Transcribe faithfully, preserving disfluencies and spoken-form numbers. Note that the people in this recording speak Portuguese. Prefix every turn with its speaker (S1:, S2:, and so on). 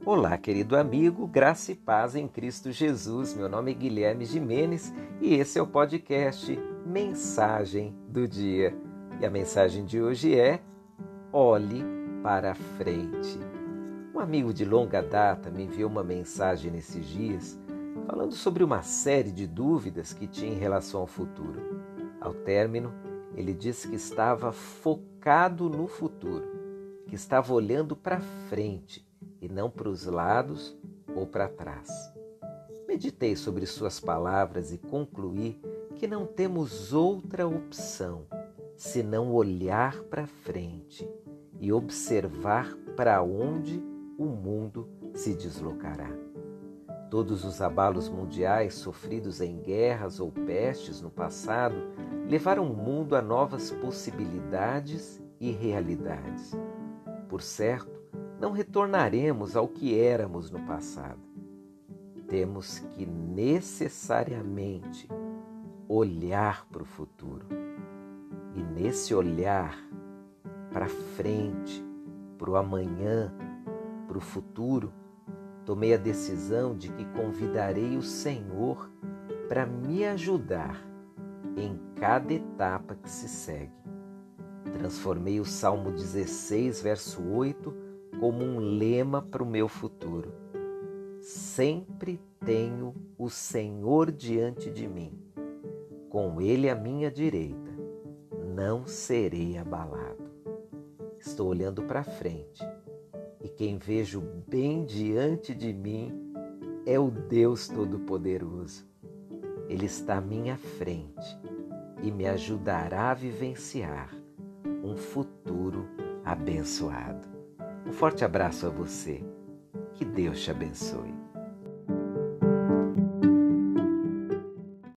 S1: Olá, querido amigo, graça e paz em Cristo Jesus. Meu nome é Guilherme Gimenez e esse é o podcast Mensagem do Dia. E a mensagem de hoje é: olhe para frente. Um amigo de longa data me enviou uma mensagem nesses dias falando sobre uma série de dúvidas que tinha em relação ao futuro. Ao término, ele disse que estava focado no futuro, que estava olhando para frente e não para os lados ou para trás. Meditei sobre suas palavras e concluí que não temos outra opção senão olhar para frente e observar para onde o mundo se deslocará. Todos os abalos mundiais sofridos em guerras ou pestes no passado levaram o mundo a novas possibilidades e realidades. Por certo, não retornaremos ao que éramos no passado. Temos que necessariamente olhar para o futuro. E nesse olhar para frente, para o amanhã, para o futuro, tomei a decisão de que convidarei o Senhor para me ajudar em cada etapa que se segue. Transformei o Salmo dezesseis, verso oito, como um lema para o meu futuro. Sempre tenho o Senhor diante de mim. Com Ele à minha direita, não serei abalado. Estou olhando para frente e quem vejo bem diante de mim é o Deus Todo-Poderoso. Ele está à minha frente e me ajudará a vivenciar um futuro abençoado. Um forte abraço a você. Que Deus te abençoe.